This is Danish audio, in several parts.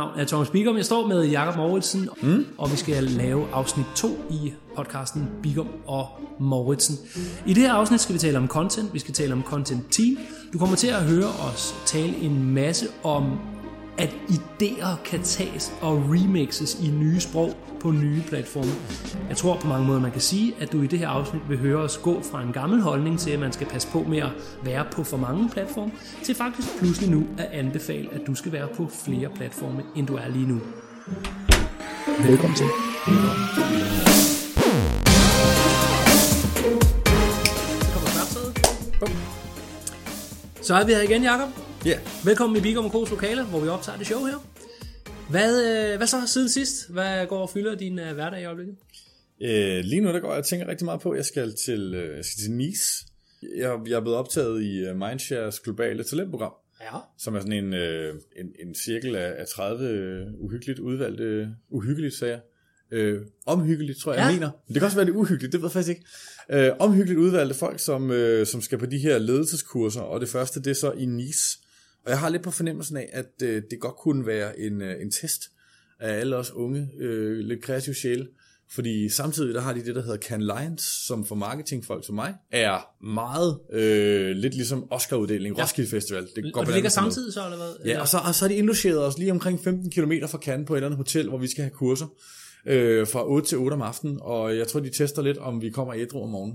navn er Thomas Bigum. Jeg står med Jakob Mouritsen, og vi skal lave afsnit 2 i podcasten Bigum og Mouritsen. I det her afsnit skal vi tale om content. Vi skal tale om content team. Du kommer til at høre os tale en masse om, at idéer kan tages og remixes i nye sprog på nye platforme. Jeg tror på mange måder, man kan sige, at du i det her afsnit vil høre os gå fra en gammel holdning til, at man skal passe på med at være på for mange platforme, til faktisk pludselig nu at anbefale, at du skal være på flere platforme, end du er lige nu. Velkommen til. Så er vi her igen, Jakob. Ja. Yeah. Velkommen i Bigum & Co's lokale, hvor vi optager det show her. Hvad så siden sidst? Hvad går og fylder din hverdag i øjeblikket? Lige nu der går jeg og tænker rigtig meget på, at jeg skal til Nice. Jeg er blevet optaget i Mindshares globale talentprogram, ja. Som er sådan en cirkel af 30 uhyggeligt udvalgte, uhyggeligt sager. Omhyggeligt, tror jeg, jeg mener. Det kan også være det uhyggeligt, det ved jeg faktisk ikke. Omhyggeligt udvalgte folk, som skal på de her ledelseskurser, og det første, det er så i Nice. Og jeg har lidt på fornemmelsen af, at det godt kunne være en test af alle os unge, lidt kreative sjæle. Fordi samtidig der har de det, der hedder Cannes Lions, som for marketingfolk som mig, er meget lidt ligesom Oscar-uddeling, Roskilde Festival. Og det ligger samtidig så, eller hvad? Ja, og så har de indlogeret os lige omkring 15 km fra Cannes på et eller andet hotel, hvor vi skal have kurser. Fra 8 til 8 om aftenen, og jeg tror, de tester lidt, om vi kommer ædru om morgenen.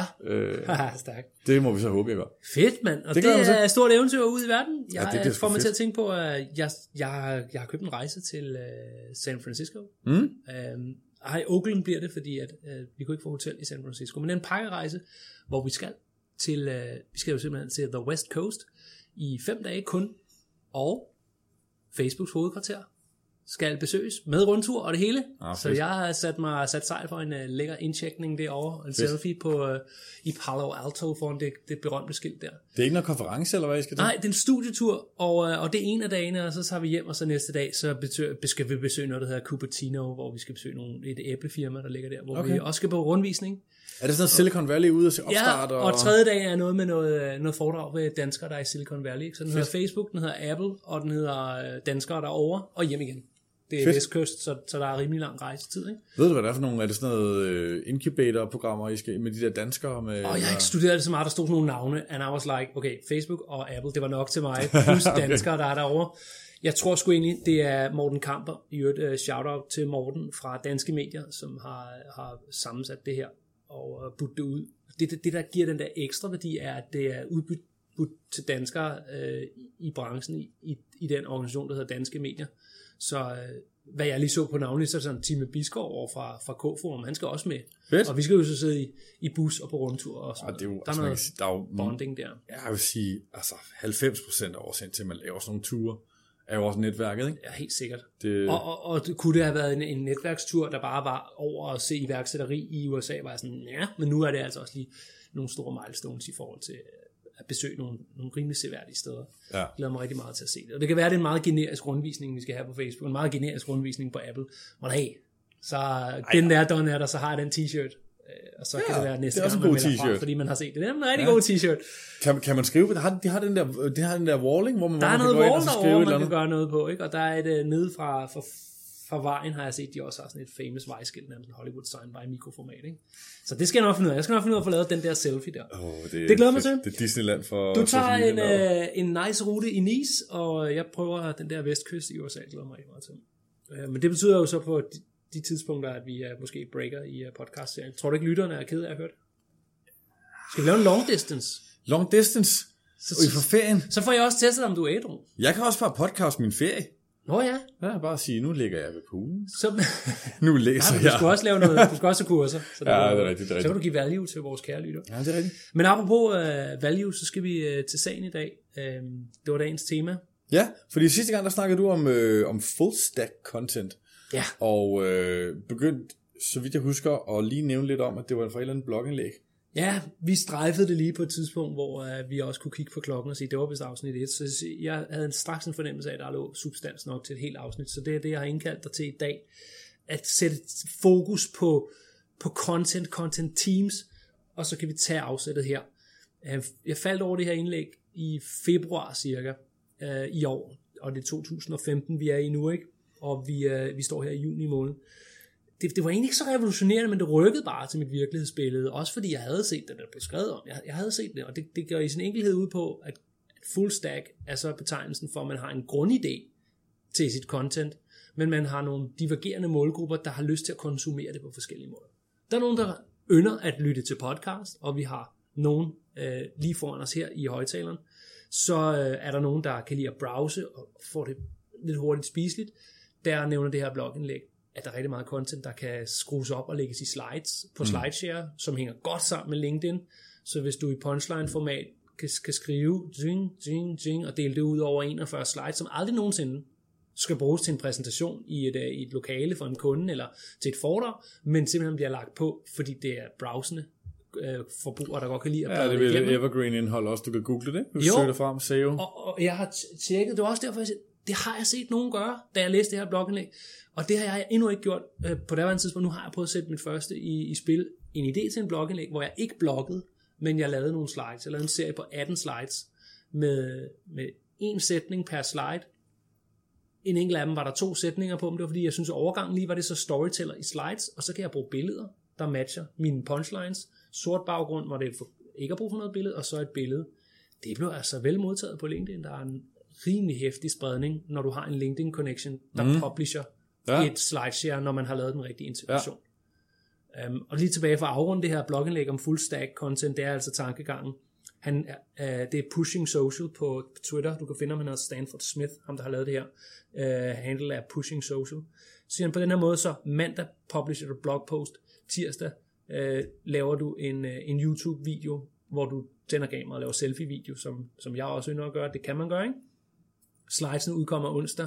Ja, stærkt. Det må vi så håbe, jeg gør. Fedt, mand. Og det er et stort eventyr ude i verden. Jeg får mig til at tænke på, at jeg har købt en rejse til San Francisco. Oakland bliver det, fordi at, vi kunne ikke få hotel i San Francisco. Men det er en pakkerejse, hvor vi skal jo simpelthen til The West Coast i 5 dage kun, og Facebooks hovedkvarter skal besøges med rundtur og det hele. Så jeg har sat sejl for en lækker indtjekning derovre, en selfie i Palo Alto foran det berømte skilt der. Det er ikke noget konference, eller hvad I skal til? Nej, det er en studietur, og det er en af dagene, og så tager vi hjem, og så næste dag, så skal vi besøge noget, der hedder Cupertino, hvor vi skal besøge et æblefirma, der ligger der, hvor vi også skal på rundvisning. Er det sådan noget Silicon Valley ude og se opstart? Ja, og tredje dag er noget med noget foredrag ved danskere, der er i Silicon Valley. Så den hedder Facebook, den hedder Apple, og den hedder danskere derovre, og hjem igen. Det er vestkyst, så der er rimelig lang rejsetid, ikke? Ved du, hvad det er for nogle? Er det sådan noget incubator-programmer, I skal med de der danskere? Jeg har ikke studeret det så meget, der stod sådan nogle navne, and I was like, okay, Facebook og Apple, det var nok til mig, plus danskere, der er derovre. Jeg tror sgu egentlig, det er Morten Kamper, i øvrigt shout-out til Morten fra Danske Medier, som har sammensat det her og budt det ud. Det, der giver den der ekstra værdi, er, at det er udbudt til danskere i branchen, i den organisation, der hedder Danske Medier. Så hvad jeg lige så på navnet, så er sådan Time Biskov over fra K-forum, han skal også med. Fedt. Og vi skal jo så sidde i bus og på rundtur og sådan. Det er jo, der er noget bonding der. Jeg vil sige, altså 90% af årsagen til, at man laver sådan nogle ture, er jo også netværket, ikke? Ja, helt sikkert. Og kunne det have været en netværkstur, der bare var over at se iværksætteri i USA, var sådan, ja, men nu er det altså også lige nogle store milestones i forhold til at besøge nogle rimelig seværdige steder. Jeg glæder mig rigtig meget til at se det. Og det kan være, at det er en meget generisk rundvisning, vi skal have på Facebook. En meget generisk rundvisning på Apple. Hvor der så den der don er der, så har jeg den t-shirt. Og så kan det være næste gang, man melder fra, fordi man har set det. Det er en rigtig god t-shirt. Kan man skrive? De har den der walling, hvor man der er noget wall derovre, man kan gøre noget på. Ikke? Og der er et nede fra vejen, har jeg set, de også har sådan et famous vejskilt, nærmest en Hollywood sign by mikroformat, ikke? Så det skal jeg nok finde ud af. Jeg skal nok finde ud af at få lavet den der selfie der. Det glæder mig til. Det er Disneyland for... Du tager en nice rute i Nice, og jeg prøver den der vestkyst i USA. Jeg glæder mig rigtig meget til. Men det betyder jo så på de tidspunkter, at vi måske breaker i podcast-serien. Tror du ikke, lytterne er kede af at høre det? Skal vi lave en long distance? Long distance? I for ferien? Så får jeg også testet, om du er ædru. Jeg kan også bare podcast min ferie. Nå ja. Ja, bare sige, nu ligger jeg ved poolen. Nu læser jeg. Du skal også lave noget, du skal også have kurser. Så det er rigtigt. Så kan du give value til vores kære lytter. Ja, det er rigtigt. Men apropos value, så skal vi til sagen i dag. Det var dagens tema. Ja, fordi sidste gang, der snakkede du om full stack content. Ja. Og begyndte, så vidt jeg husker, at lige nævne lidt om, at det var fra et eller andet blogindlæg. Ja, vi strejfede det lige på et tidspunkt, hvor vi også kunne kigge på klokken og sige, det var vist afsnit 1. Så jeg havde straks en fornemmelse af, at der lå substans nok til et helt afsnit. Så det er det, jeg har indkaldt dig til i dag. At sætte fokus på content teams, og så kan vi tage afsættet her. Jeg faldt over det her indlæg i februar cirka i år, og det er 2015, vi er i nu, ikke? og vi står her i juni måned. Det var egentlig ikke så revolutionerende, men det rykkede bare til mit virkelighedsbillede, også fordi jeg havde set det, der blev skrevet om. Jeg havde set det, og det gør i sin enkelhed ud på, at full stack er så betegnelsen for, at man har en grundidé til sit content, men man har nogle divergerende målgrupper, der har lyst til at konsumere det på forskellige måder. Der er nogen, der ynder at lytte til podcast, og vi har nogen lige foran os her i højtaleren. Så er der nogen, der kan lide at browse og få det lidt hurtigt spiseligt. Der nævner det her blogindlæg, at der er rigtig meget content, der kan skrues op og lægges i slides på SlideShare, som hænger godt sammen med LinkedIn. Så hvis du i punchline-format kan skrive og dele det ud over 41 slides, som aldrig nogensinde skal bruges til en præsentation i et lokale for en kunde eller til et foredrag, men simpelthen bliver lagt på, fordi det er browsende forbrugere, der godt kan lide at bladre igennem. Ja, det vil evergreen indhold også, du kan google det. Du søger det frem, SEO. Og jeg har tjekket, det var også derfor, jeg sagde, det har jeg set nogen gøre, da jeg læste det her blogindlæg, og det har jeg endnu ikke gjort på det tidspunkt. Nu har jeg prøvet at sætte mit første i spil, en idé til en blogindlæg, hvor jeg ikke bloggede, men jeg lavede nogle slides. Jeg lavede en serie på 18 slides med en sætning per slide. En enkelt af dem var der 2 sætninger på dem. Det var fordi, jeg synes, at overgangen lige var det så storyteller i slides, og så kan jeg bruge billeder, der matcher mine punchlines. Sort baggrund, hvor det ikke er brug for noget billede, og så et billede. Det blev altså vel modtaget på LinkedIn. Der er en rimelig heftig spredning, når du har en LinkedIn connection, der publisher et SlideShare, når man har lavet den rigtige integration. Ja. Og lige tilbage for at afrunde det her blogindlæg om full stack content, det er altså tankegangen. Det er Pushing Social på Twitter. Du kan finde ham, han hedder Stanford Smith, ham der har lavet det her. Handle er Pushing Social. Så på den her måde, så mandag publisher du blogpost, tirsdag laver du en YouTube-video, hvor du tænder kamera og laver selfie-video, som jeg også ønsker at gøre. Det kan man gøre, ikke? Slidesene udkommer onsdag,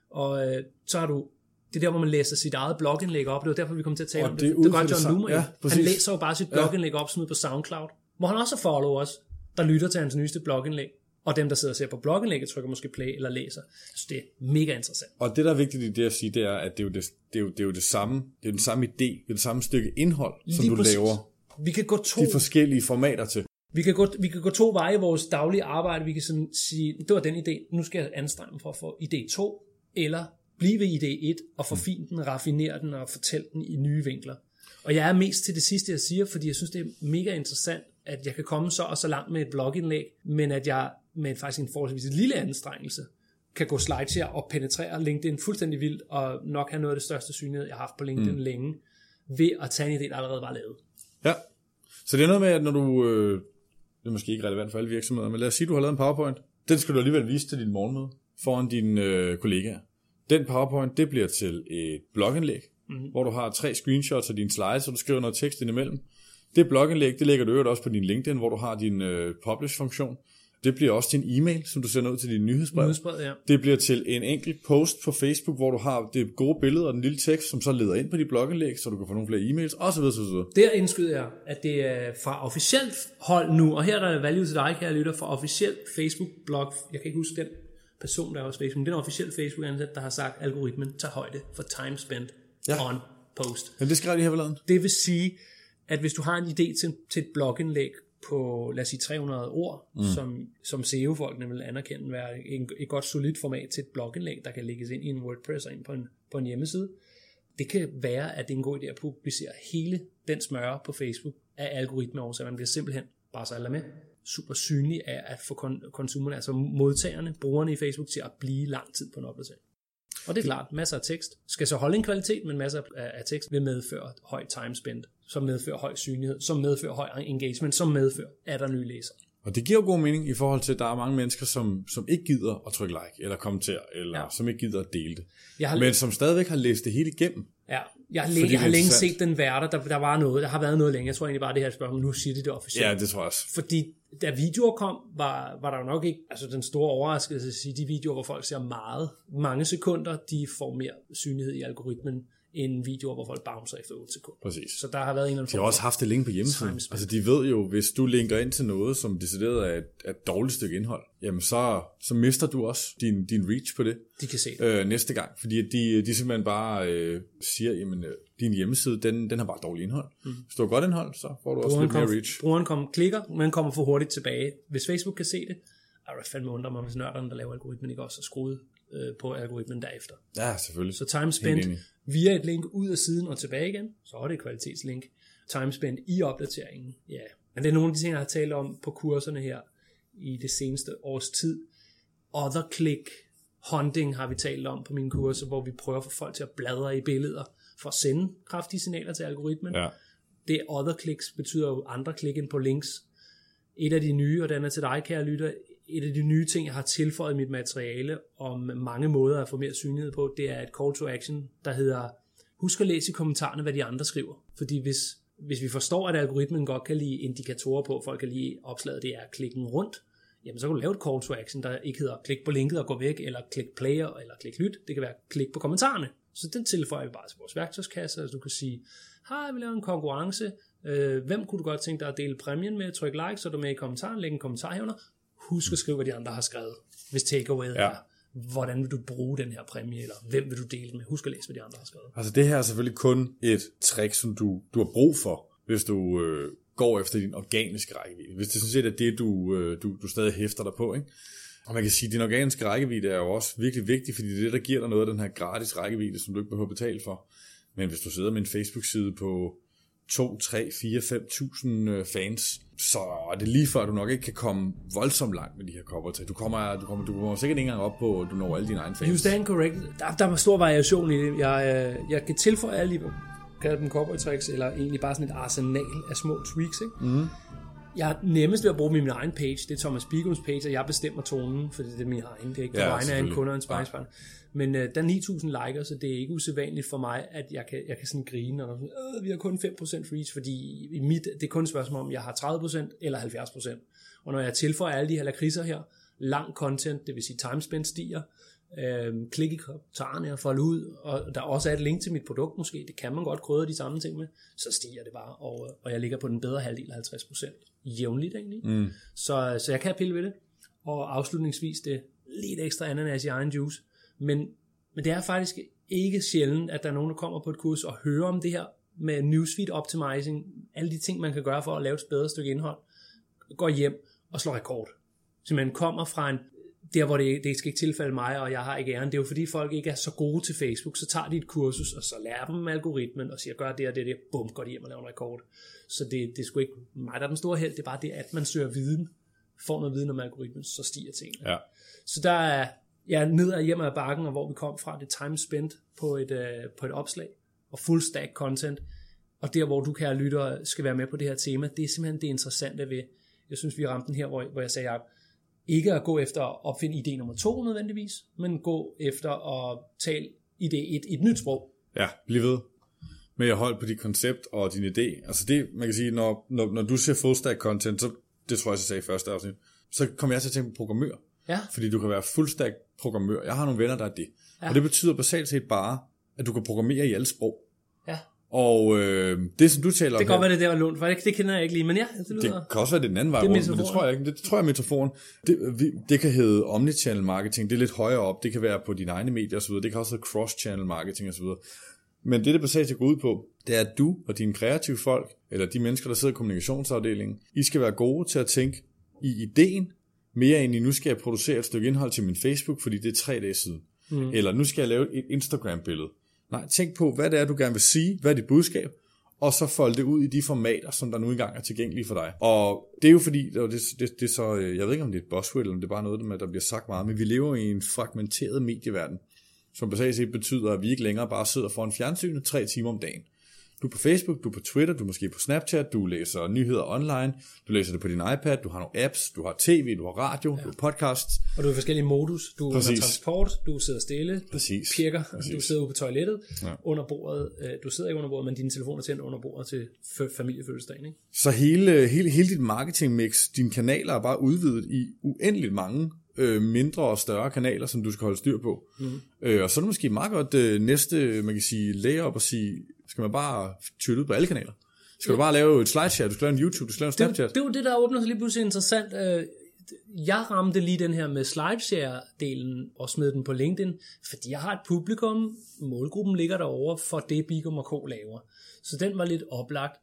og så har du, det er der, hvor man læser sit eget blogindlæg op. Det var derfor, vi kom til at tale om det. Det gør John Loomer. Ja, han læser jo bare sit blogindlæg op, sådan ud på SoundCloud, hvor han også follower os, der lytter til hans nyeste blogindlæg. Og dem, der sidder og ser på blogindlægget, trykker måske play eller læser. Så det er mega interessant. Og det, der er vigtigt i det at sige, det er, at det er jo det samme, det er den samme idé, det er det samme stykke indhold, lige som du laver vi kan gå de forskellige formater til. Vi kan gå 2 veje i vores daglige arbejde. Vi kan sådan sige, det var den idé, nu skal jeg anstrenge mig for at få idé 2, eller blive ved idé 1, og forfine den, raffinere den, og fortælle den i nye vinkler. Og jeg er mest til det sidste, jeg siger, fordi jeg synes, det er mega interessant, at jeg kan komme så og så langt med et blogindlæg, men at jeg med faktisk en forholdsvis lille anstrengelse, kan gå SlideShare og penetrere LinkedIn fuldstændig vildt, og nok have noget af det største synlighed, jeg har haft på LinkedIn længe, ved at tage en idé, der allerede var lavet. Ja, så det er noget med, at når du, det er måske ikke relevant for alle virksomheder, men lad os sige, du har lavet en PowerPoint, den skal du alligevel vise til din morgenmøde, foran dine kollegaer. Den PowerPoint, det bliver til et blogindlæg, hvor du har 3 screenshots af dine slides, og du skriver noget tekst indimellem. Det blogindlæg, det lægger du øvrigt også på din LinkedIn, hvor du har din publish-funktion. Det bliver også til en e-mail, som du sender ud til din nyhedsbrev. Ja. Det bliver til en enkelt post på Facebook, hvor du har det gode billede og den lille tekst, som så leder ind på dit blogindlæg, så du kan få nogle flere e-mails, osv. Der indskyder jeg, at det er fra officielt hold nu, og her der er value til dig, kære lytter, fra officielt Facebook-blog. Jeg kan ikke huske den person, der er også Facebook, men den officielle Facebook-ansat, der har sagt, at algoritmen tager højde for time spent on post. Men det skrev de her forleden. Det vil sige, at hvis du har en idé til et blogindlæg på, lad os sige, 300 ord, som SEO-folkene vil anerkende være et godt solidt format til et blogindlæg, der kan lægges ind i en WordPress og ind på en hjemmeside. Det kan være, at det er en god idé at publicere hele den smøre på Facebook af algoritmeårsager. Man bliver simpelthen, bare så alle med, super synlig af at få konsumerne, altså modtagerne, brugerne i Facebook, til at blive lang tid på en opdatering. Og det er klart, masser af tekst skal så holde en kvalitet, men masser af tekst vil medføre høj time spent, som medfører høj synlighed, som medfører høj engagement, som medfører, at der nye læsere. Og det giver jo god mening i forhold til, at der er mange mennesker, som ikke gider at trykke like, eller kommentere, eller som ikke gider at dele det. Men som stadigvæk har læst det hele igennem. Ja, jeg har længe set den værter, der var noget, der har været noget længe. Jeg tror egentlig bare, det her spørgsmål, nu siger de det officielt. Ja, det tror jeg også. Fordi da videoer kom, var der jo nok ikke, altså den store overraskelse at sige, de videoer, hvor folk ser mange sekunder, de får mere synlighed i algoritmen, end videoer, hvor folk bouncer efter 8 sekunder. Præcis. Så der har været en eller anden de har også haft det længe på hjemmesiden. Altså de ved jo, hvis du linker ind til noget, som decideret er et dårligt stykke indhold, jamen så mister du også din reach på det. De kan se det. Næste gang. Fordi de simpelthen bare siger, jamen din hjemmeside, den har bare dårligt indhold. Hvis du har godt indhold, så får du også lidt mere reach. Brugeren klikker, men kommer for hurtigt tilbage. Hvis Facebook kan se det, Jeg fandme undrer mig, hvis nørderne, der laver algoritmen, ikke også er skruet på algoritmen derefter. Ja, selvfølgelig. Så time spent via et link ud af siden og tilbage igen, så er det et kvalitetslink. Time spent i opdateringen, ja. Men det er nogle af de ting, jeg har talt om på kurserne her i det seneste års tid. Other click hunting har vi talt om på mine kurser, hvor vi prøver at få folk til at bladre i billeder for at sende kraftige signaler til algoritmen. Ja. Det other clicks betyder jo andre klik ind på links. Et af de nye, og den er til dig, kære lytter, et af de nye ting, jeg har tilføjet i mit materiale om mange måder at få mere synlighed på, det er et call to action, der hedder, husk at læse i kommentarerne, hvad de andre skriver. Fordi hvis vi forstår, at algoritmen godt kan lide indikatorer på, folk kan lide opslaget, det er klikken rundt, jamen så kan du lave et call to action, der ikke hedder klik på linket og gå væk, eller klik player, eller klik lyt. Det kan være klik på kommentarerne. Så den tilføjer vi bare til vores værktøjskasse, altså du kan sige, hej, vi laver en konkurrence, hvem kunne du godt tænke dig at dele præmien med, tryk like, så er du med i kommentaren, læg en kommentar herunder, husk at skrive, hvad de andre har skrevet, hvis takeawayet er, hvordan vil du bruge den her præmie, eller hvem vil du dele den med, husk at læse, hvad de andre har skrevet. Altså det her er selvfølgelig kun et trick, som du har brug for, hvis du går efter din organiske rækkevidde, hvis det sådan set er det, du stadig hæfter dig på, ikke? Og man kan sige, at din organiske rækkevidde er jo også virkelig vigtig, fordi det er det, der giver dig noget af den her gratis rækkevidde, som du ikke behøver at betale for. Men hvis du sidder med en Facebook-side på 2, 3, 4, 5.000 fans, så er det lige før, du nok ikke kan komme voldsomt langt med de her covertag. Du kommer sikkert ikke engang op på, at du når alle dine egne fans. You stand correct. Der er stor variation i det. Jeg kan tilføje alle de, kalder dem cowboy tricks, eller egentlig bare sådan et arsenal af små tweaks, ikke? Mm. Jeg er nemmest ved at bruge min egen page. Det er Thomas Bigums page, og jeg bestemmer tonen, for det er min egen. Det er ikke på vegne af en kunde og en sparringspartner. Men der er 9.000 likes, så det er ikke usædvanligt for mig, at jeg kan sådan grine, og vi har kun 5% reach, fordi det er kun et spørgsmål om, jeg har 30% eller 70%. Og når jeg tilføjer alle de her lakridser her, lang content, det vil sige timespend stiger, klik i kommentarerne og folde ud, og der også er et link til mit produkt måske, det kan man godt krydre de samme ting med, så stiger det bare, og jeg ligger på den bedre halvdel af 50% jævnligt egentlig. Mm. Så jeg kan pille ved det, og afslutningsvis det lidt ekstra ananas i egen juice, men det er faktisk ikke sjældent, at der er nogen, der kommer på et kurs og hører om det her med newsfeed optimizing, alle de ting, man kan gøre for at lave et bedre stykke indhold, går hjem og slår rekord. Så man kommer fra en der hvor det skal ikke tilfælde mig, og jeg har ikke æren, det er jo fordi folk ikke er så gode til Facebook, så tager de et kursus, og så lærer dem algoritmen, og siger, gør det og det, bum, går de hjem og laver en rekord. Så det er sgu ikke mig, der er den store held, det er bare det, at man søger viden, får noget viden om algoritmen, så stiger tingene. Ja. Så der er ned ad hjem ad bakken, og hvor vi kom fra, det time spent på et opslag, og full stack content, og der hvor du, kære lytter, skal være med på det her tema, det er simpelthen det interessante ved, jeg synes vi ramte den her, hvor jeg sagde, ikke at gå efter at opfinde idé nummer 2 nødvendigvis, men gå efter at tale et nyt sprog. Ja, bliv ved med at holde på dit koncept og din idé. Altså det, man kan sige, når du ser full stack content, så det tror jeg sagde i første afsnit, så kommer jeg til at tænke på programmør. Ja. Fordi du kan være full stack programmør. Jeg har nogle venner, der er det. Ja. Og det betyder basalt set bare, at du kan programmere i alle sprog. Ja. Og det som du taler om, det kan godt være det der var lånt, for det kender jeg ikke lige, men ja, det kan også være det den anden vej rundt, men det tror jeg ikke. Det tror jeg er metaforen. Det kan hedde omnichannel marketing, det er lidt højere op, det kan være på dine egne medier osv., det kan også hedde cross-channel marketing osv. Men det basalt set går ud på, det er, at du og dine kreative folk, eller de mennesker, der sidder i kommunikationsafdelingen, I skal være gode til at tænke i ideen, mere end i, nu skal jeg producere et stykke indhold til min Facebook, fordi det er 3 dage siden. Eller nu skal jeg lave et Instagram-billede. Nej, tænk på, hvad det er, du gerne vil sige, hvad er dit budskab, og så folde det ud i de formater, som der nu engang er tilgængelige for dig. Og det er jo fordi, og det er så, jeg ved ikke, om det er et buzzword, eller om det er bare noget, der bliver sagt meget, men vi lever i en fragmenteret medieverden, som basalt set betyder, at vi ikke længere bare sidder foran fjernsynet 3 timer om dagen. Du er på Facebook, du er på Twitter, du er måske på Snapchat, du læser nyheder online, du læser det på din iPad, du har nogle apps, du har tv, du har radio, du har podcasts. Og du er i forskellige modus. Du har transport, du sidder stille, du pirker, du sidder ude på toilettet, under bordet. Du sidder ikke under bordet, men dine telefoner er tændt under bordet til familiefødselsdagen, ikke? Så hele dit marketingmix, dine kanaler er bare udvidet i uendeligt mange mindre og større kanaler, som du skal holde styr på. Og så er det måske meget godt næste, man kan sige, lære op og sige, skal man bare tylle ud på alle kanaler? Skal du bare lave et slideshare, du skal lave en YouTube, du skal lave en Snapchat? Det er jo det, der åbner sig lige pludselig interessant. Jeg ramte lige den her med slideshare-delen og smed den på LinkedIn, fordi jeg har et publikum, målgruppen ligger derovre for det Bigum & Co. laver. Så den var lidt oplagt.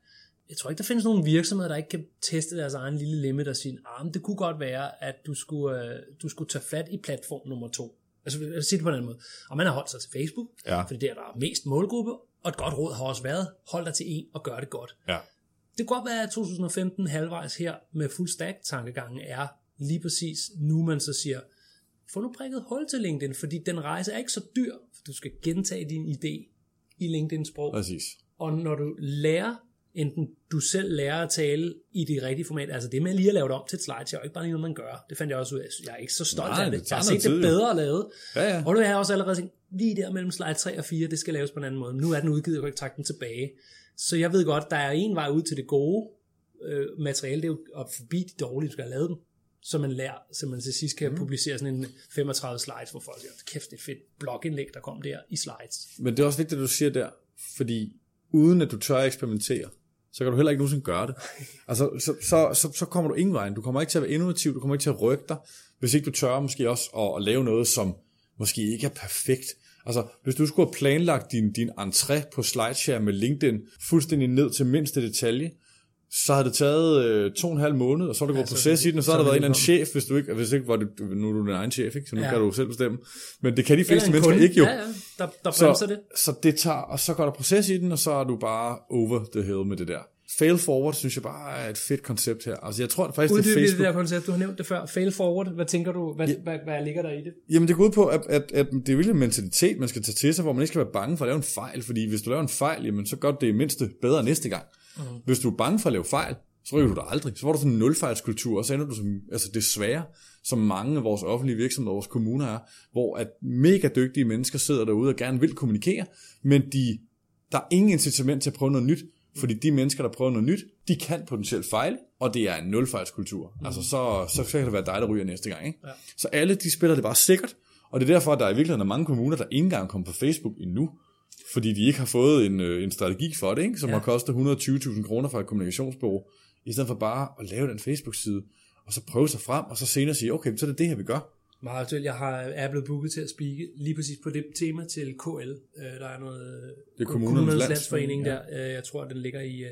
jeg tror ikke, der findes nogen virksomheder, der ikke kan teste deres egen lille limit og sige, men det kunne godt være, at du skulle tage fat i platform nummer 2. Altså, jeg vil sige det på en anden måde. Og man har holdt sig til Facebook, fordi der er mest målgruppe, og et godt råd har også været, hold dig til en og gør det godt. Ja. Det kan godt være, at 2015 halvvejs her med full stack tankegangen er lige præcis nu, man så siger, få nu prikket hul til LinkedIn, fordi den rejse er ikke så dyr, for du skal gentage din idé i LinkedIn-sprog. Præcis. Og når du lærer, enten du selv lærer at tale i det rigtige format, altså det med lige at lave det om til et slideshow, ikke bare lige noget, man gør. Det fandt jeg også ud af. Jeg er ikke så stolt af det. Jeg har set det bedre lavet. Ja. Og nu har jeg også allerede tænkt, lige der mellem slide 3 og 4, det skal laves på en anden måde. Men nu er den udgivet, jeg kan ikke trække den tilbage. Så jeg ved godt, der er en vej ud til det gode materiale, det er jo at forbi de dårlige, du skal have lavet dem. Så man lærer, så man til sidst kan publicere sådan en 35 slides, hvor folk siger, kæft, det er fedt blogindlæg, der kom der i slides. Men det er også vigtigt, at du siger der, fordi uden at du tør at eksperimentere, så kan du heller ikke nogensinde gøre det. Altså, så kommer du ingen vejen. Du kommer ikke til at være innovativ, du kommer ikke til at rykke dig, hvis ikke du tør måske også at lave noget, som måske ikke er perfekt. Altså, hvis du skulle have planlagt din entré på SlideShare med LinkedIn fuldstændig ned til mindste detalje, så havde det taget 2,5 måneder, og så har du gået proces i den, og så har der været en eller anden chef, hvis ikke var det, nu er du din egen chef, ikke? Så nu kan du selv bestemme. Men det kan de fleste mennesker ikke jo. Ja, der bremser det. Så det tager, og så går der proces i den, og så er du bare over the hill med det der. Fail forward, synes jeg bare er et fedt koncept her. Altså, jeg tror faktisk, det er Facebook. Det der koncept, du har nævnt det før. Fail forward, hvad tænker du, hvad ligger der i det? Jamen, det går ud på, at det er virkelig en mentalitet, man skal tage til sig, hvor man ikke skal være bange for at lave en fejl, fordi hvis du laver en fejl, jamen, så gør det i mindste bedre næste gang. Hvis du er bange for at lave fejl, så rykker du dig aldrig. Så får du sådan en nulfejlskultur, og så ender du som, altså desværre, som mange af vores offentlige virksomheder, vores kommuner er, hvor at mega dygtige mennesker sidder derude og gerne vil kommunikere, men der er ingen incitament til at prøve noget nyt, fordi de mennesker, der prøver noget nyt, de kan potentielt fejle, og det er en nulfejlskultur. Altså så kan det være dig, der ryger næste gang, ikke? Ja. Så alle, de spiller det bare sikkert, og det er derfor, at der i virkeligheden er mange kommuner, der ikke engang kommer på Facebook endnu, fordi de ikke har fået en strategi for det, ikke? Som har kostet 120.000 kroner fra et kommunikationsbureau, i stedet for bare at lave den Facebook-side, og så prøve sig frem, og så senere sige, okay, så er det her, vi gør. Meget aktuelt. Jeg er blevet booket til at speake lige præcis på det tema til KL. Der er noget... Det er kommunernes landsforening der. Jeg tror, den ligger i...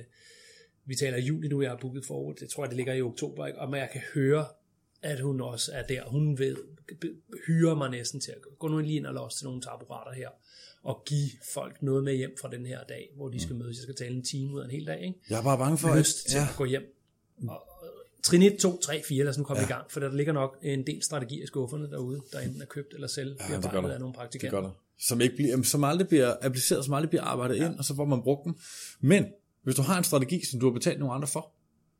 Vi taler juli nu, jeg har booket forward. Jeg tror, det ligger i oktober, ikke? Og jeg kan høre, at hun også er der. Hun hyrer mig næsten til at gå nu lige ind og låse til nogle taburetter her, og give folk noget med hjem fra den her dag, hvor de skal mødes. Jeg skal tale en time ud af en hel dag, ikke? Jeg er bare bange for... Lyst til at gå hjem. Og trin 1, 2, 3, 4, lad os nu komme i gang, for der ligger nok en del strategier i skufferne derude, der enten er købt eller selv bliver arbejdet af nogle praktikanter. Det gør der. Som aldrig bliver appliceret, som aldrig bliver arbejdet ind, og så får man brugt den. Men hvis du har en strategi, som du har betalt nogle andre for,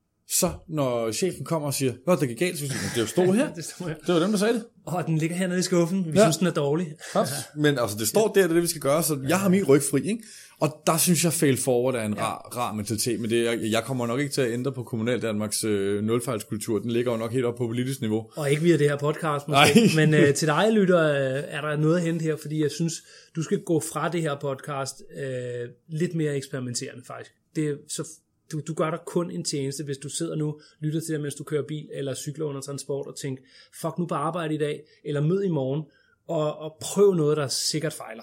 så når chefen kommer og siger, hvad der gik galt, så synes du, det er jo stå her. Det var dem, der sagde det. Og den ligger hernede i skuffen. Vi synes, den er dårlig. Men altså, det står der, det er det, vi skal gøre, så jeg har min ryg fri, ikke? Og der synes jeg, fail forward er en rar mentalitet, men jeg kommer nok ikke til at ændre på Kommunal Danmarks nulfejlskultur. Den ligger jo nok helt op på politisk niveau. Og ikke via det her podcast, måske. Men til dig, lytter, er der noget at hente her, fordi jeg synes, du skal gå fra det her podcast lidt mere eksperimenterende, faktisk. Det er så... Du gør dig kun en tjeneste, hvis du sidder nu, lytter til det, mens du kører bil, eller cykler under transport, og tænker, fuck nu på arbejde i dag, eller mød i morgen, og prøv noget, der sikkert fejler.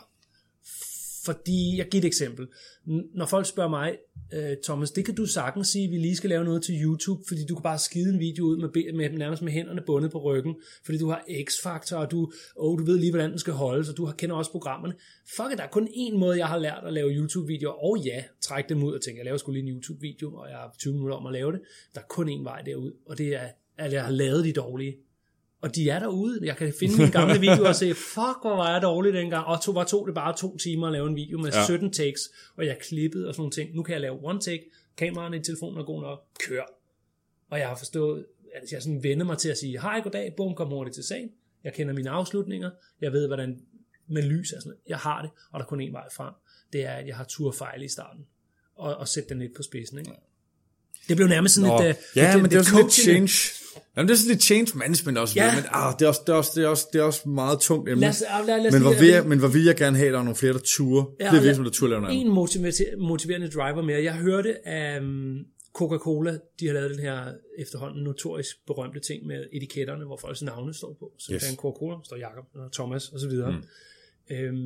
Fordi, jeg giver et eksempel. Når folk spørger mig, Thomas, det kan du sagtens sige, at vi lige skal lave noget til YouTube, fordi du kan bare skide en video ud med nærmest med hænderne bundet på ryggen, fordi du har X-faktor, og du ved lige, hvordan den skal holde, så du kender også programmerne. Fuck, der er kun én måde, jeg har lært at lave YouTube-videoer, og træk dem ud og tænke, jeg laver sgu lige en YouTube-video, og jeg har 20 minutter om at lave det. Der er kun én vej derud, og det er, at jeg har lavet de dårlige. Og de er derude. Jeg kan finde min gamle video og se, fuck, hvor var jeg dårlig dengang. Og tog det bare 2 timer at lave en video med 17 takes, og jeg klippede og sådan nogle ting. Nu kan jeg lave one take, kameraerne i telefonen er god nok, kør. Og jeg har forstået, at jeg sådan vender mig til at sige, hej, goddag, bum, kom hurtigt til sagen. Jeg kender mine afslutninger, jeg ved, hvordan med lys er sådan noget. Jeg har det, og der er kun én vej frem. Det er, at jeg har turfejl i starten, og sætte den lidt på spidsen, ikke? Det blev nærmest sådan et... men det er også lidt change... Jamen, det er sådan lidt change management også, men det er også meget tungt emne. Men hvor vil jeg gerne have, at der er nogle flere, der turer. Det er virkelig, der turer laver en motiverende driver mere. Jeg hørte af Coca-Cola, de har lavet den her efterhånden notorisk berømte ting med etiketterne, hvor folks navne står på. Så der er en Coca-Cola, står Jakob, Thomas og så videre.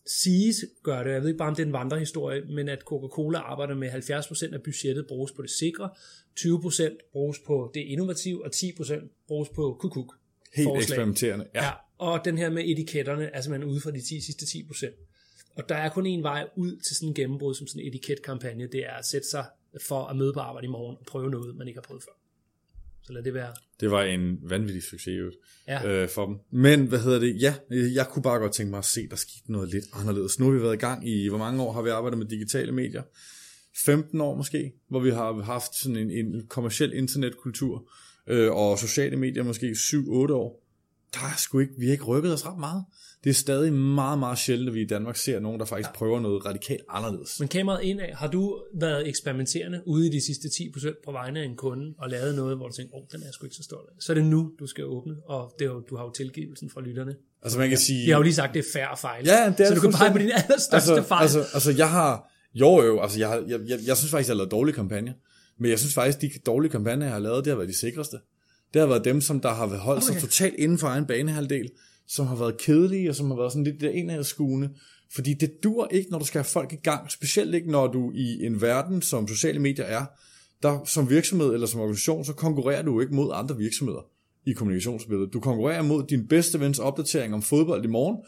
siges gør det, jeg ved ikke bare om det er en vandrehistorie, men at Coca-Cola arbejder med 70% af budgettet bruges på det sikre, 20% bruges på det innovative, og 10% bruges på kukuk. Helt eksperimenterende. Ja, og den her med etiketterne er simpelthen ude for de sidste 10%. Og der er kun en vej ud til sådan en gennembrud som sådan en etiketkampagne, det er at sætte sig for at møde på arbejde i morgen og prøve noget, man ikke har prøvet før. Så lad det være. Det var en vanvittig succes for dem. Men, jeg kunne bare godt tænke mig at se, der skete noget lidt anderledes. Nu har vi været i gang i, hvor mange år har vi arbejdet med digitale medier? 15 år måske, hvor vi har haft sådan en kommerciel internetkultur, og sociale medier måske 7-8 år. Vi har ikke rykket os ret meget. Det er stadig meget, meget sjældent, at vi i Danmark ser nogen, der faktisk prøver noget radikalt anderledes. Men kameraet indad, har du været eksperimenterende ude i de sidste 10% på vegne af en kunde, og lavet noget, hvor du tænker, den er jeg sgu ikke så stolt af. Så er det nu, du skal åbne, og du har jo tilgivelsen fra lytterne. Altså man kan sige... Jeg har jo lige sagt, det er fair fejl. Ja, det er så du kan pege på din allerstørste fejl. Altså jeg har... jeg synes faktisk, jeg har lavet dårlige kampagner. Men jeg synes faktisk, de dårlige kampagner, jeg har lavet, det har været de sikreste. Det har været dem, som der har holdt sig totalt inden for egen banehalvdel, som har været kedelige, og som har været sådan lidt der indadskugende. Fordi det dur ikke, når du skal have folk i gang, specielt ikke, når du i en verden, som sociale medier er, der som virksomhed eller som organisation, så konkurrerer du ikke mod andre virksomheder i kommunikationsbilledet. Du konkurrerer mod din bedste vens opdatering om fodbold i morgen,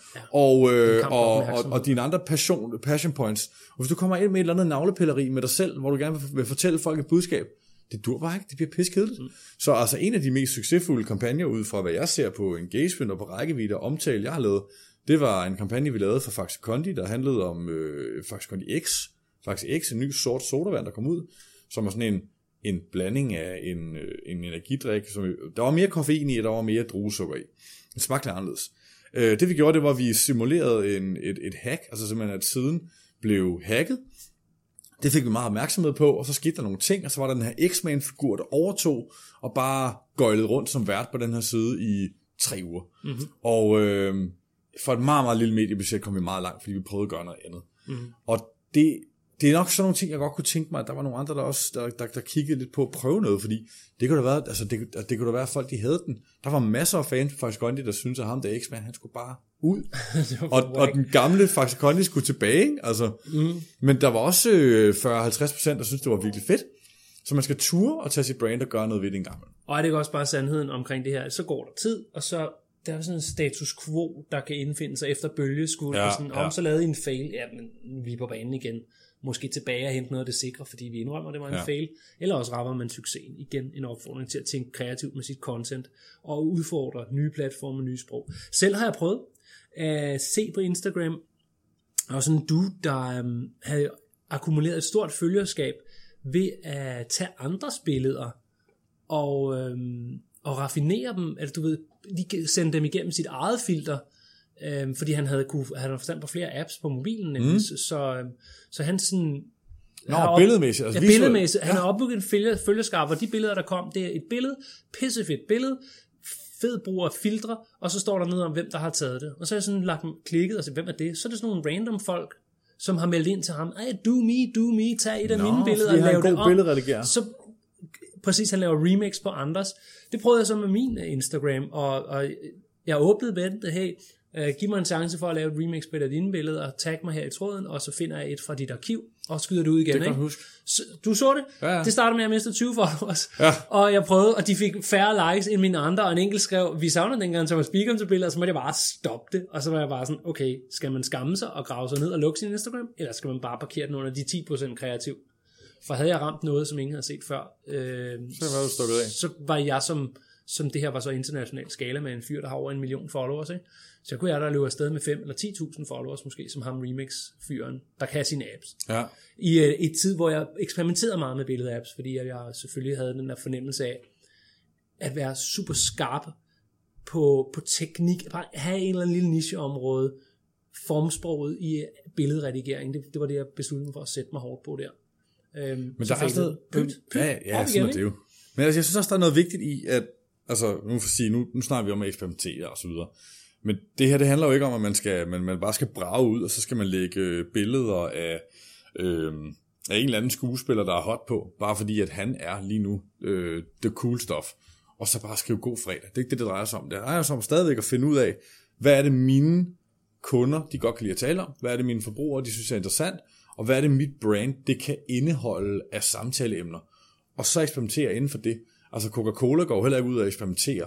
og dine andre passion points. Og hvis du kommer ind med et eller andet navlepilleri med dig selv, hvor du gerne vil fortælle folk et budskab, det dur bare ikke, det bliver piskedeligt. Så altså en af de mest succesfulde kampagner ud fra, hvad jeg ser på engagement og på rækkevidde og omtale, jeg har lavet, det var en kampagne, vi lavede for Faxe Kondi, der handlede om Faxe Kondi X. Faxe X, en ny sort sodavand, der kom ud, som var sådan en blanding af en energidrik, som der var mere koffein i, og der var mere druesukker i. Det smagte lidt anderledes. Det vi gjorde, det var, at vi simulerede et hack, altså simpelthen at siden blev hacket. Det fik vi meget opmærksomhed på, og så skete der nogle ting, og så var der den her X-Man-figur, der overtog, og bare gøjlede rundt som vært på den her side i 3 uger. Mm-hmm. Og for et meget, meget lille mediebudget kom vi meget langt, fordi vi prøvede at gøre noget andet. Mm-hmm. Og det er nok sådan nogle ting, jeg godt kunne tænke mig, at der var nogle andre, der også der kiggede lidt på at prøve noget, fordi det kunne da være, altså det kunne da være, at folk de havde den. Der var masser af fans på Faxe Kondi, der syntes, at ham der X-Man, han skulle bare ud. og den gamle Faxe Kondi skulle tilbage, altså. Men der var også 40-50%, der syntes, det var virkelig fedt. Så man skal ture og tage sit brand og gøre noget ved det en gang. Og er det ikke også bare sandheden omkring det her? Så går der tid, og så der er sådan en status quo, der kan indfinde sig efter bølgeskud. Så lavede I en fail, men vi er på banen igen. Måske tilbage og hente noget af det sikre, fordi vi indrømmer, det var en fail. Eller også rammer man succesen. Igen en opfordring til at tænke kreativt med sit content og udfordre nye platforme, nye sprog. Selv har jeg prøvet at se på Instagram, og sådan en dude, der havde akkumuleret et stort følgerskab ved at tage andres billeder og raffinere dem, altså du ved, lige sende dem igennem sit eget filter, fordi han havde forstand på flere apps på mobilen, så han sådan... billedmæssigt. Altså billedmæssigt. Han har opbygget en følgerskab, hvor de billeder, der kom, det er et billede, pissefedt billede, fed brug af filtre, og så står der noget om, hvem der har taget det. Og så har jeg sådan klikket og sagt, hvem er det? Så er det sådan nogle random folk, som har meldt ind til ham, do me, tag et af mine billeder og lave det om. Så præcis, han laver remix på andres. Det prøvede jeg så med min Instagram, og jeg åbnede ventet, hey, giv mig en chance for at lave et remix på et af dine billeder, og tag mig her i tråden, og så finder jeg et fra dit arkiv, og skyder det ud igen. Det kan huske. Du så det? Ja. Det startede med, at jeg mistede 20 followers, og jeg prøvede, og de fik færre likes end mine andre, og en enkelt skrev, vi savner dengang Thomas Beacon til billeder, så måtte jeg bare stoppe det, og så var jeg bare sådan, okay, skal man skamme sig og grave sig ned og lukke sin Instagram, eller skal man bare parkere den under de 10% kreativ? For havde jeg ramt noget, som ingen havde set før, så var jeg som det her var så international skala med en fyr, der har over 1 million followers, ikke? Så kunne jeg der løbe afsted med 5 eller 10.000 followers måske, som ham remix-fyren, der kan sine apps. Ja. I et tid, hvor jeg eksperimenterede meget med billede-apps, fordi jeg selvfølgelig havde den der fornemmelse af at være super skarp på teknik, bare have en eller anden lille nicheområde, formsproget i billedredigering. Det var det, jeg besluttede mig for at sætte mig hårdt på der. Men der er sådan noget... Ja, sådan er det jo. Men altså, jeg synes også, der er noget vigtigt i, at altså, nu snakker vi om at eksperimentere og så videre. Men det her, det handler jo ikke om, at man bare skal brage ud, og så skal man lægge billeder af en eller anden skuespiller, der er hot på, bare fordi, at han er lige nu the cool stuff, og så bare skrive god fredag. Det er ikke det drejer sig om. Det drejer sig om stadigvæk at finde ud af, hvad er det mine kunder, de godt kan lide at tale om? Hvad er det mine forbrugere, de synes er interessant? Og hvad er det mit brand, det kan indeholde af samtaleemner? Og så eksperimentere inden for det. Altså Coca-Cola går heller ikke ud og eksperimentere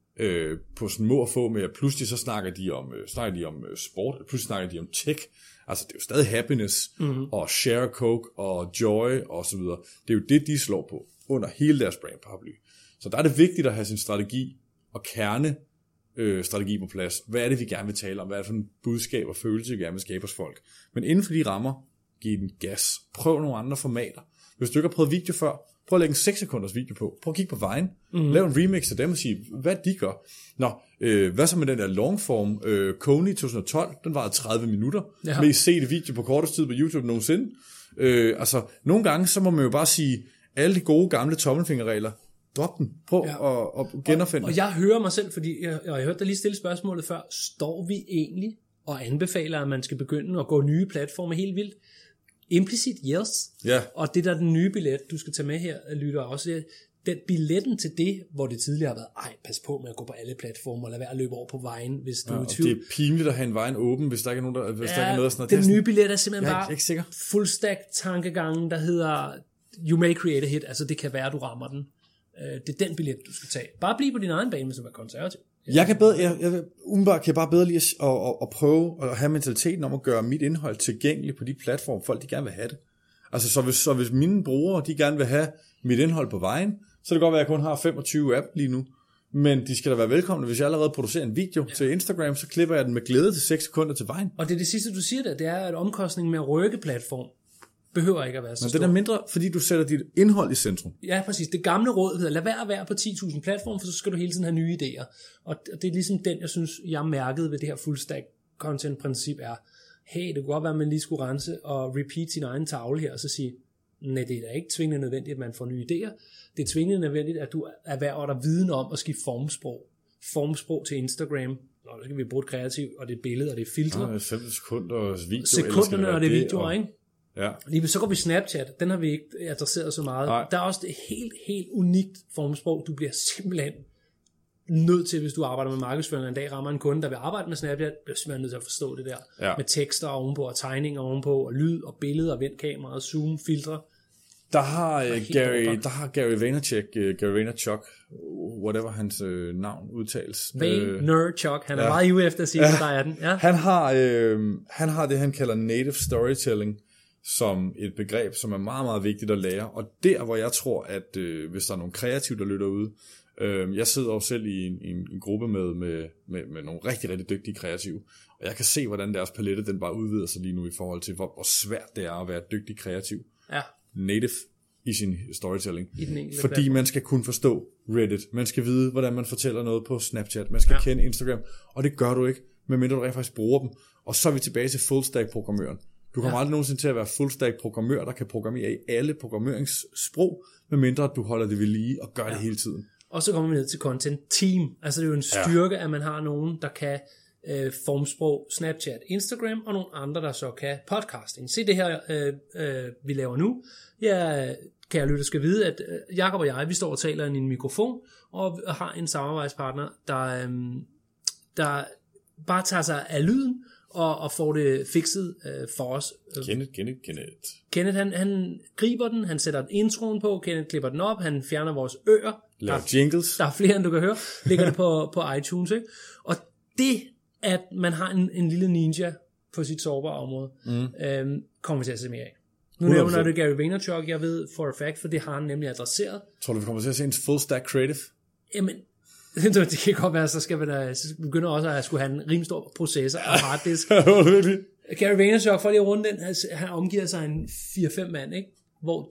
på sådan må og få med, at pludselig så snakker de om sport, pludselig snakker de om tech. Altså det er jo stadig happiness og share Coke og joy og så videre. Det er jo det, de slår på under hele deres brandparaply. Så der er det vigtigt at have sin strategi og strategi på plads. Hvad er det, vi gerne vil tale om? Hvad er det for en budskab og følelse, vi gerne vil skabe hos folk? Men inden for de rammer, giv den gas. Prøv nogle andre formater. Hvis du ikke har prøvet video før, prøv at lægge en 6 sekunders video på. Prøv at kigge på Vine. Lav en remix af dem og sige, hvad de gør. Nå, hvad så med den der longform? Kony 2012, den varede 30 minutter. Ja. Mest set video på kortest tid på YouTube nogensinde. Altså, nogle gange, så må man jo bare sige, alle de gode gamle tommelfingerregler, drop den. Prøv at genopfinde. Og jeg hører mig selv, fordi jeg hørte dig lige stille spørgsmålet før. Står vi egentlig og anbefaler, at man skal begynde at gå nye platforme helt vildt? Implicit yes. Yeah. Og det der er den nye billet, du skal tage med her, lytter også, den billetten til det, hvor det tidligere har været, pas på med at gå på alle platformer, og lad være at løbe over på vejen, hvis du er i tvivl. Det er pinligt at have en vejen åben, hvis der ikke er nogen, der, hvis der ikke er noget sådan noget. Den nye billet er simpelthen bare full stack tankegangen, der hedder, you may create a hit, altså det kan være, at du rammer den. Det er den billet, du skal tage. Bare bliv på din egen bane, hvis du er konservativ. Umiddelbart kan jeg bare bedre lide at prøve at have mentaliteten om at gøre mit indhold tilgængeligt på de platforme, folk de gerne vil have det. Altså så hvis mine brugere, de gerne vil have mit indhold på vejen, så det kan godt være, at jeg kun har 25 app lige nu. Men de skal da være velkomne. Hvis jeg allerede producerer en video til Instagram, så klipper jeg den med glæde til 6 sekunder til vejen. Og det er det sidste, du siger der, det er, at omkostningen med at rykke platform behøver ikke at være så stor. Men den er mindre, fordi du sætter dit indhold i centrum. Ja, præcis. Det gamle råd hedder, lad være at være på 10.000 platforme, for så skal du hele tiden have nye idéer. Og det er ligesom den, jeg synes, jeg mærkede ved det her full stack content princip er, hey, det kunne godt være, at man lige skulle rense og repeat sin egen tavle her, og så sige, nej, det er da ikke tvingende nødvendigt, at man får nye idéer. Det er tvingende nødvendigt, at du erhverver dig viden om at skifte formsprog. Formsprog til Instagram. Nå, der skal vi bruge et kreativt, og det er billede, og det er filtre. Ja, 5 sekunder video. Sekunderne, og det er videoer, ikke? Ja. Lige så går vi Snapchat, den har vi ikke adresseret så meget. Nej. Der er også det helt unikt formsprog, du bliver simpelthen nødt til, hvis du arbejder med markedsføring en dag, rammer en kunde, der vil arbejde med Snapchat, bliver simpelthen nødt til at forstå det der. Med tekster ovenpå, og tegninger ovenpå, og lyd, og billeder, og vendkamera, og zoom, filtre. Der har Gary Vaynerchuk, whatever hans navn udtales. Vaynerchuk, han er meget ude efter at sige, der er den. Ja. Han har det, han kalder native storytelling, som et begreb, som er meget, meget vigtigt at lære. Og der, hvor jeg tror, at hvis der er nogle kreative, der lytter ud, jeg sidder også selv i en gruppe med nogle rigtig, rigtig dygtige kreative, og jeg kan se, hvordan deres palette, den bare udvider sig lige nu i forhold til, hvor svært det er at være dygtig kreativ. Ja. Native i sin storytelling. Fordi man skal kunne forstå Reddit, man skal vide, hvordan man fortæller noget på Snapchat, man skal kende Instagram, og det gør du ikke, medmindre du rent faktisk bruger dem. Og så er vi tilbage til full stack programmøren. Du kommer aldrig nogensinde til at være full stack programmør, der kan programmere i alle programmeringssprog, medmindre du holder det ved lige og gør det hele tiden. Og så kommer vi ned til content team. Altså det er jo en styrke, at man har nogen, der kan formsprog, Snapchat, Instagram, og nogle andre, der så kan podcasting. Se det her, vi laver nu. Ja, kan jeg skal vide, at Jakob og jeg, vi står og taler i en mikrofon, og har en samarbejdspartner, der bare tager sig af lyden, og får det fikset for os. Kenneth, han griber den, han sætter introen på, Kenneth klipper den op, han fjerner vores ører. Laver jingles. Der er flere, end du kan høre. Ligger det på iTunes, ikke? Og det, at man har en lille ninja på sit sårbare område, kommer vi til at se mere af. Nu nævner du Gary Vaynerchuk, jeg ved for a fact, for det har han nemlig adresseret. Tror du, vi kommer til at se en full stack creative? Jamen, det kan godt være, så skal vi da begynde også at skulle have en rimelig stor processor og harddisk. Gary Vaynerchuk, for lige at runde den, han omgiver sig en 4-5 mand, ikke? Hvor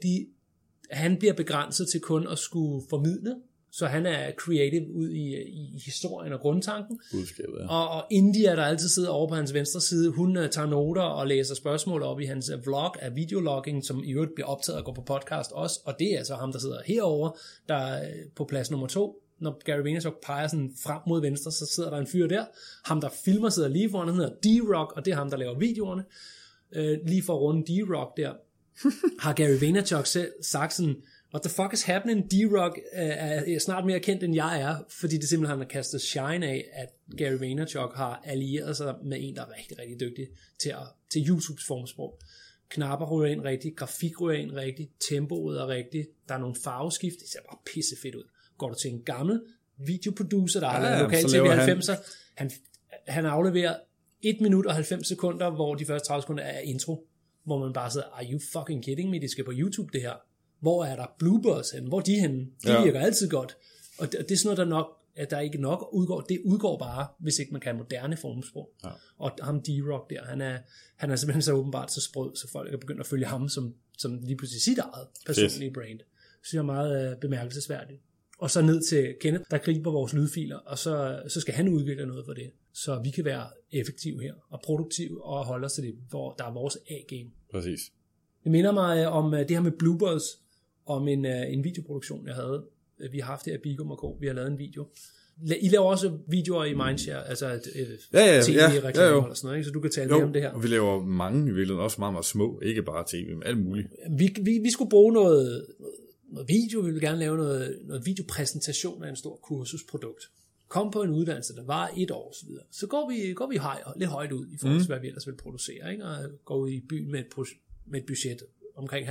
han bliver begrænset til kun at skulle formidle, så han er creative ud i historien og grundtanken. Budskabet, ja. Og India, der altid sidder over på hans venstre side, hun tager noter og læser spørgsmål op i hans vlog af videologging, som i øvrigt bliver optaget og går på podcast også, og det er altså ham, der sidder herover, der er på plads nummer 2. Når Gary Vaynerchuk peger sådan frem mod venstre, så sidder der en fyr der. Ham, der filmer, sidder lige foran, han hedder D-Rock, og det er ham, der laver videoerne. Lige for at runde D-Rock der, har Gary Vaynerchuk selv sagt sådan, What the fuck is happening? D-Rock er snart mere kendt, end jeg er, fordi det simpelthen har kastet shine af, at Gary Vaynerchuk har allieret sig med en, der er rigtig, rigtig dygtig til YouTubes formsprog. Knapper ryger ind rigtigt, grafik ryger ind rigtigt, tempoet er rigtigt, der er nogle farveskift, det ser bare pisse fedt ud. Går du til en gammel videoproducer, der har lavet lokal TV i 90'er, han afleverer 1 minut og 90 sekunder, hvor de første 30 sekunder er intro, hvor man bare sidder, are you fucking kidding me, det skal på YouTube det her. Hvor er der bloopers henne? Hvor er de henne? De virker altid godt. Og det er sådan noget, der nok, at der ikke nok udgår. Det udgår bare, hvis ikke man kan moderne formsprog. Ja. Og ham D-Rock der, han er simpelthen så åbenbart så sprød, så folk er begyndt at følge ham som lige pludselig sit eget personlige brand. Det synes jeg er meget bemærkelsesværdigt. Og så ned til Kenneth, der griber vores lydfiler, og så skal han udvikle noget for det. Så vi kan være effektive her, og produktive, og holde os til det, hvor der er vores A-game. Præcis. Det minder mig om det her med bloopers, om en videoproduktion, jeg havde. Vi har haft det her Bigum & Co. Vi har lavet en video. I laver også videoer i Mindshare, altså tv-reklamer og sådan noget, ikke? Så du kan tale mere om det her. Og vi laver mange i virkeligheden, også meget, meget små, ikke bare tv, men alt muligt. Vi skulle bruge noget video, vi ville gerne lave noget videopræsentation af en stor kursusprodukt. Kom på en uddannelse, der var 1 år og så videre. Så går vi lidt højt ud i forhold til, hvad vi ellers vil producere, ikke? Og går ud i byen med et budget omkring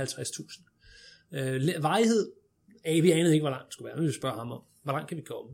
50.000. Varighed, vi anede ikke, hvor langt det skulle være. Vi ville spørge ham om, hvor langt kan vi komme?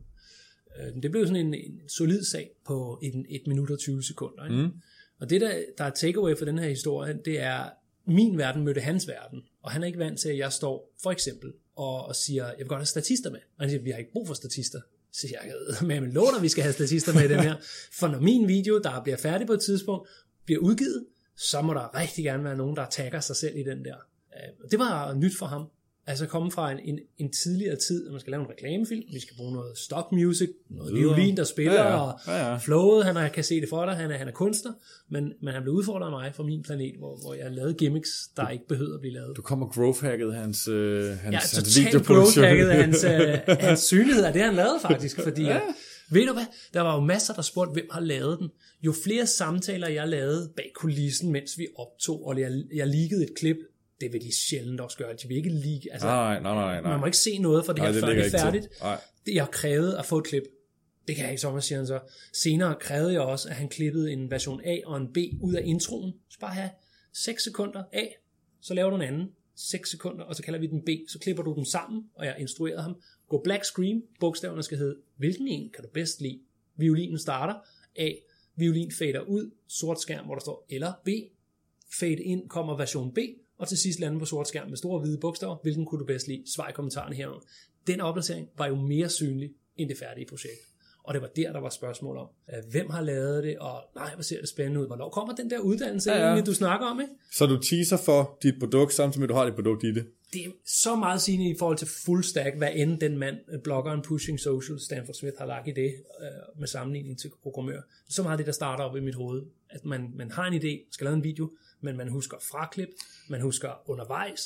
Det blev sådan en solid sag på 1 minut og 20 sekunder. Ikke? Og det, der er takeaway for den her historie, det er, min verden mødte hans verden. Og han er ikke vant til, at jeg står for eksempel og siger, jeg vil godt have statister med. Og han siger, vi har ikke brug for statister. Så siger jeg, men låner, vi skal have statister med i den her. For når min video, der bliver færdig på et tidspunkt, bliver udgivet, så må der rigtig gerne være nogen, der tagger sig selv i den der. Det var nyt for ham. Altså komme fra en tidligere tid, når man skal lave en reklamefilm, vi skal bruge noget stock music, noget violin, der spiller, og flowet, han kan se det for dig, han er kunstner, men han blev udfordret af mig fra min planet, hvor jeg lavede gimmicks, der ikke behøvede at blive lavet. Du kommer growth-hacket hans videoproduktion. Ja, totalt hans synlighed af det, han lavede faktisk, fordi ved du hvad, der var jo masser, der spurgte, hvem har lavet den. Jo flere samtaler, jeg lavede bag kulissen, mens vi optog, og jeg leakede et klip, det vil de sjældent også gøre. De vil ikke lige... Altså, nej. Man må ikke se noget fra det her, før det er færdigt. Jeg krævede at få et klip. Det kan jeg ikke så, siger han så. Senere krævede jeg også, at han klippede en version A og en B ud af introen. Så bare have 6 sekunder A, så laver du en anden 6 sekunder, og så kalder vi den B. Så klipper du dem sammen, og jeg instruerede ham. Gå black screen, bogstaverne skal hedde, hvilken en kan du bedst lide? Violinen starter, A, violin fader ud, sort skærm, hvor der står eller B, fade ind kommer version B, og til sidst lande på sort skærm med store hvide bogstaver. Hvilken kunne du bedst lide? Svar i kommentarerne herunder. Den opdatering var jo mere synlig end det færdige projekt. Og det var der var spørgsmål om, hvem har lavet det, og nej, hvor ser det spændende ud. Hvornår kommer den der uddannelse, egentlig, du snakker om, ikke? Så du teaser for dit produkt, samtidig med, at du har dit produkt i det? Det er så meget sigende i forhold til full stack, hvad end den mand, bloggeren Pushing Social, Stanford Smith, har lagt i det, med sammenligning til programmør. Så meget det, der starter op i mit hoved, at man har en idé, skal lave en video, men man husker fraklip, man husker undervejs,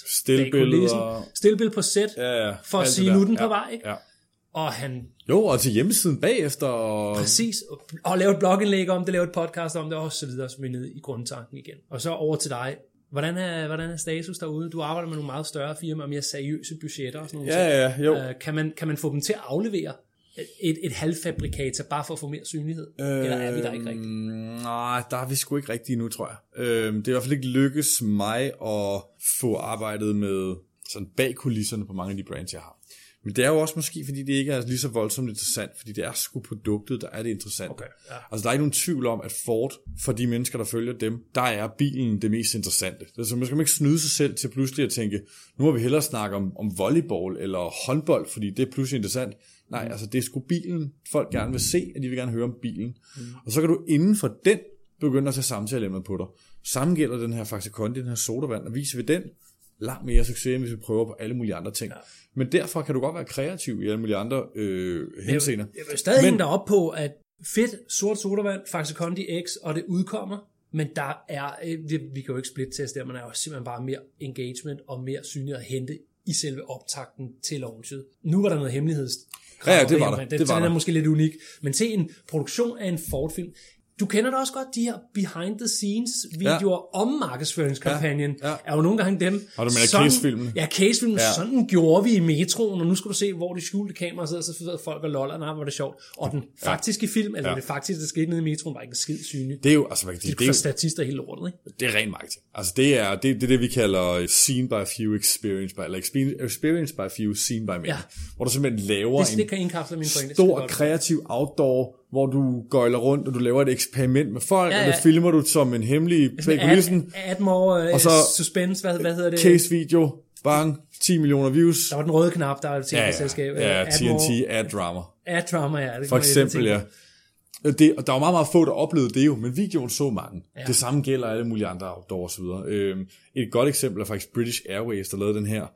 stillbillede på sæt, for at sige, nu den på vej, ikke? Ja. Og han... Jo, og til hjemmesiden bagefter. Præcis, og lave et blogindlæg om det, lave et podcast om det, og så videre, så vi er nede i grundtanken igen. Og så over til dig. Hvordan er status derude? Du arbejder med nogle meget større firmaer, mere seriøse budgetter og sådan noget. Kan man få dem til at aflevere et halvfabrikator, bare for at få mere synlighed? Eller er vi der ikke rigtigt? Nej, der er vi sgu ikke rigtigt nu, tror jeg. Det er i hvert fald ikke lykkes mig at få arbejdet med sådan bag kulisserne på mange af de brands, jeg har. Men det er jo også måske, fordi det ikke er lige så voldsomt interessant, fordi det er sgu produktet, der er det interessant. Okay, ja. Altså der er ikke nogen tvivl om, at Ford, for de mennesker, der følger dem, der er bilen det mest interessante. Så man skal ikke snyde sig selv til pludselig at tænke, nu har vi hellere snakke om volleyball eller håndbold, fordi det er pludselig interessant. Nej, altså det er sgu bilen, folk gerne vil se, at de vil gerne høre om bilen. Og så kan du inden for den begynde at tage samtaleemner på dig. Samme gælder den her Faxe Kondi, den her sodavand, og viser vi den langt mere succes, end hvis vi prøver på alle mulige andre ting. Ja. Men derfor kan du godt være kreativ i alle mulige andre henseender. Jeg vil stadig hænge dig op på, at fedt, sort sodavand, Faxe Kondi X, og det udkommer, men der er, vi kan jo ikke splitteste, men der er jo simpelthen bare mere engagement og mere synlighed at hente i selve optakten til launchet. Nu var der noget hemmelighedskrav. Ja, det var der. Den er måske lidt unik. Men til en produktion af en Ford-film, Du kender da også godt de her behind the scenes videoer om markedsføringskampagnen. Er jo nogle gange dem. Og du mener casefilmen? Ja, casefilmen. Ja. Sådan gjorde vi i metroen, og nu skal du se, hvor de skjulte kameraer sidder, så sidder folk og loller, hvor det er sjovt. Og den faktiske film, eller det faktiske, der skete nede i metroen, var ikke en skid synlig. Det er jo, altså, det er for statister hele lortet, ikke? Det er ren marketing. Altså, det er det, vi kalder seen by few, experience by, eller experience by few, seen by many. Ja. Hvor du simpelthen laver en stor kreativ outdoor, hvor du gøjler rundt, og du laver et eksperiment med folk, og det filmer du som en hemmelig bag kulissen. Atmore, og så suspense, hvad hedder det? Case-video, bang, 10 millioner views. Der var den røde knap, der var et tv-selskab. Ja, TNT ad-drama. Ad-drama, ja. For eksempel, ja. Det, og der var meget, meget få, der oplevede det jo, men videoen så mange. Ja. Det samme gælder alle mulige andre outdoor og så videre. Et godt eksempel er faktisk British Airways, der lavede den her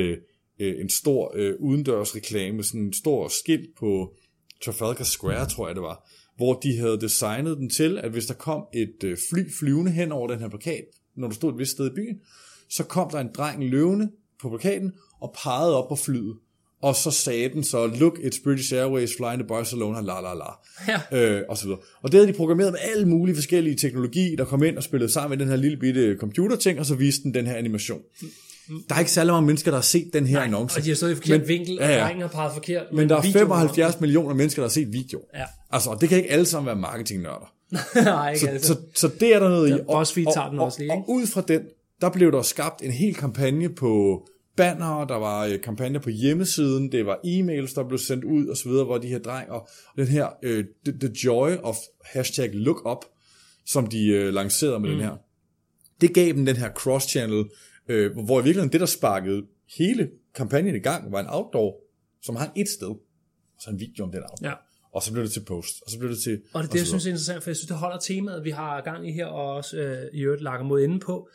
en stor udendørs reklame, sådan en stor skilt på Trafalgar Square, tror jeg det var, hvor de havde designet den til, at hvis der kom et fly flyvende hen over den her plakat, når du stod et vist sted i byen, så kom der en dreng løvende på plakaten og pegede op på flyet. Og så sagde den så, look, it's British Airways flying to Barcelona, la la la, og så videre. Og det havde de programmeret med alle mulige forskellige teknologi, der kom ind og spillede sammen med den her lille bitte computerting, og så viste den her animation. Der er ikke særlig mange mennesker, der har set den her annonce. Og de har stået i forkert vinkel, og drengen har peget forkert. Men der er 75 millioner mennesker, der har set video. Ja. Altså, det kan ikke alle sammen være marketingnørder. Nej, ikke altså. Så det er der noget i. BuzzFeed tager den også lige, ikke? Og ud fra den, der blev der skabt en hel kampagne på banner, der var kampagner på hjemmesiden, det var e-mails, der blev sendt ud, og så videre, hvor de her dreng, og den her, the joy of hashtag look up, som de lancerede med den her, det gav dem den her cross-channel, hvor i virkeligheden det, der sparkede hele kampagnen i gang, var en outdoor, som hang et sted, og så en video om den outdoor. Ja. Og så blev det til post, og så blev det til... Og det jeg synes er interessant, for jeg synes, det holder temaet, vi har gang i her, og også i øvrigt lakker mod inde på,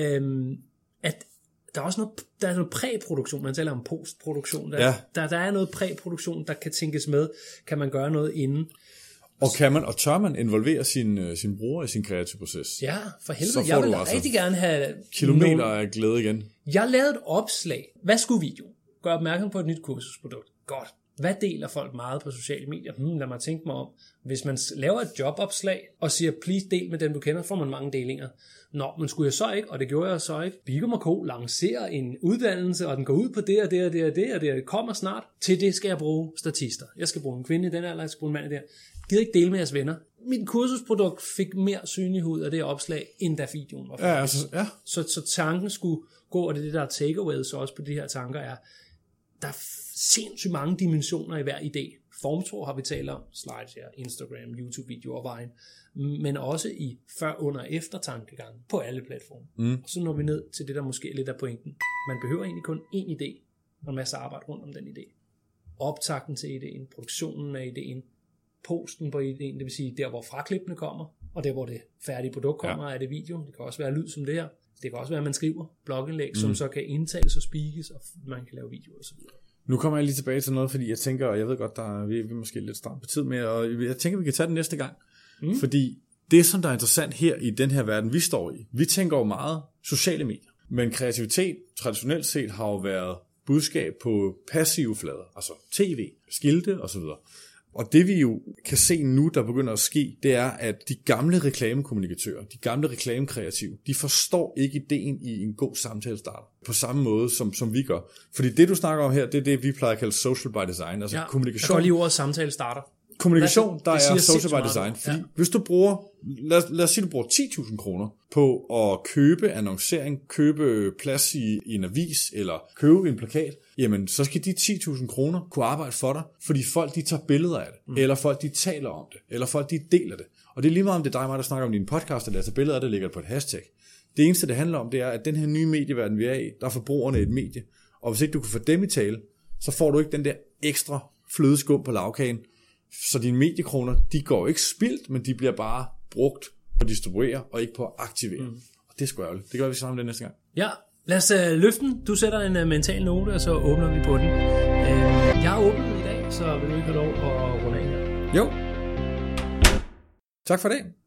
at der er også noget præproduktion, man taler om postproduktion. Der er noget præproduktion, der kan tænkes med. Kan man gøre noget inden? Og tør man involvere sin bruger i sin kreative proces? Ja, for helvede. Jeg vil rigtig gerne have... Kilometer af glæde igen. Jeg lavede et opslag. Hvad skulle video? Gør opmærksom på et nyt kursusprodukt. Godt. Hvad deler folk meget på sociale medier? Lad mig tænke mig om. Hvis man laver et jobopslag og siger, please del med dem du kender, får man mange delinger. Nå, men skulle jeg så ikke, og det gjorde jeg så ikke. Bigum & Co. lancerer en uddannelse, og den går ud på det og det og det og det, og det kommer snart. Til det skal jeg bruge statister. Jeg skal bruge en kvinde i den alder, jeg skal bruge en mand i der. Gider ikke dele med jeres venner. Mit kursusprodukt fik mere synlighed ud af det opslag, end da videoen var færdig. Ja. Så tanken skulle gå, og det er det, der er takeaway så også på de her tanker, er, der er sindssygt mange dimensioner i hver idé. Formtro har vi talt om, slides, Instagram, YouTube-videoer og vejen, men også i før, under og efter tankegang på alle platforme. Og så når vi ned til det, der måske er lidt af pointen. Man behøver egentlig kun én idé, og en masse arbejde rundt om den idé. Optakten til ideen, produktionen af ideen, posten på ideen, det vil sige der, hvor fraklippene kommer, og der, hvor det færdige produkt kommer, er det video. Det kan også være lyd som det her. Det kan også være, at man skriver blogindlæg, som så kan indtales og speakes, og man kan lave video og så videre. Nu kommer jeg lige tilbage til noget, fordi jeg tænker, og jeg ved godt, vi er måske lidt stramt på tid med, og jeg tænker, vi kan tage den næste gang. Fordi det, som der er interessant her i den her verden, vi står i, vi tænker jo meget sociale medier. Men kreativitet, traditionelt set, har jo været budskab på passive flader, altså tv, skilte osv. Og det vi jo kan se nu, der begynder at ske, det er, at de gamle reklamekommunikatører, de gamle reklamekreative, de forstår ikke ideen i en god samtalestarter på samme måde, som vi gør. Fordi det, du snakker om her, det er det, vi plejer at kalde social by design, altså kommunikation. Jeg går lige ordet samtalestarter. Kommunikation, der er social by design. Fordi hvis du bruger, lad os sige, du bruger 10.000 kroner på at købe annoncering, købe plads i en avis, eller købe en plakat, jamen så skal de 10.000 kroner kunne arbejde for dig, fordi folk de tager billeder af det, eller folk de taler om det, eller folk de deler det. Og det er lige meget om det er dig og mig, der snakker om din podcast, eller tager billeder af det, ligger på et hashtag. Det eneste, det handler om, det er, at den her nye medieverden, vi er i, der er forbrugerne et medie. Og hvis ikke du kan få dem i tale, så får du ikke den der ekstra flødeskum på lavkagen. Så dine mediekroner, de går ikke spildt, men de bliver bare brugt på at distribuere, og ikke på at aktivere. Og det er sgu ærgerligt. Det gør vi sammen det næste gang. Ja, lad os løfte den. Du sætter en mental note, og så åbner vi på den. Jeg har åbnet i dag, så vil du ikke have lov at runde af her? Jo. Tak for det.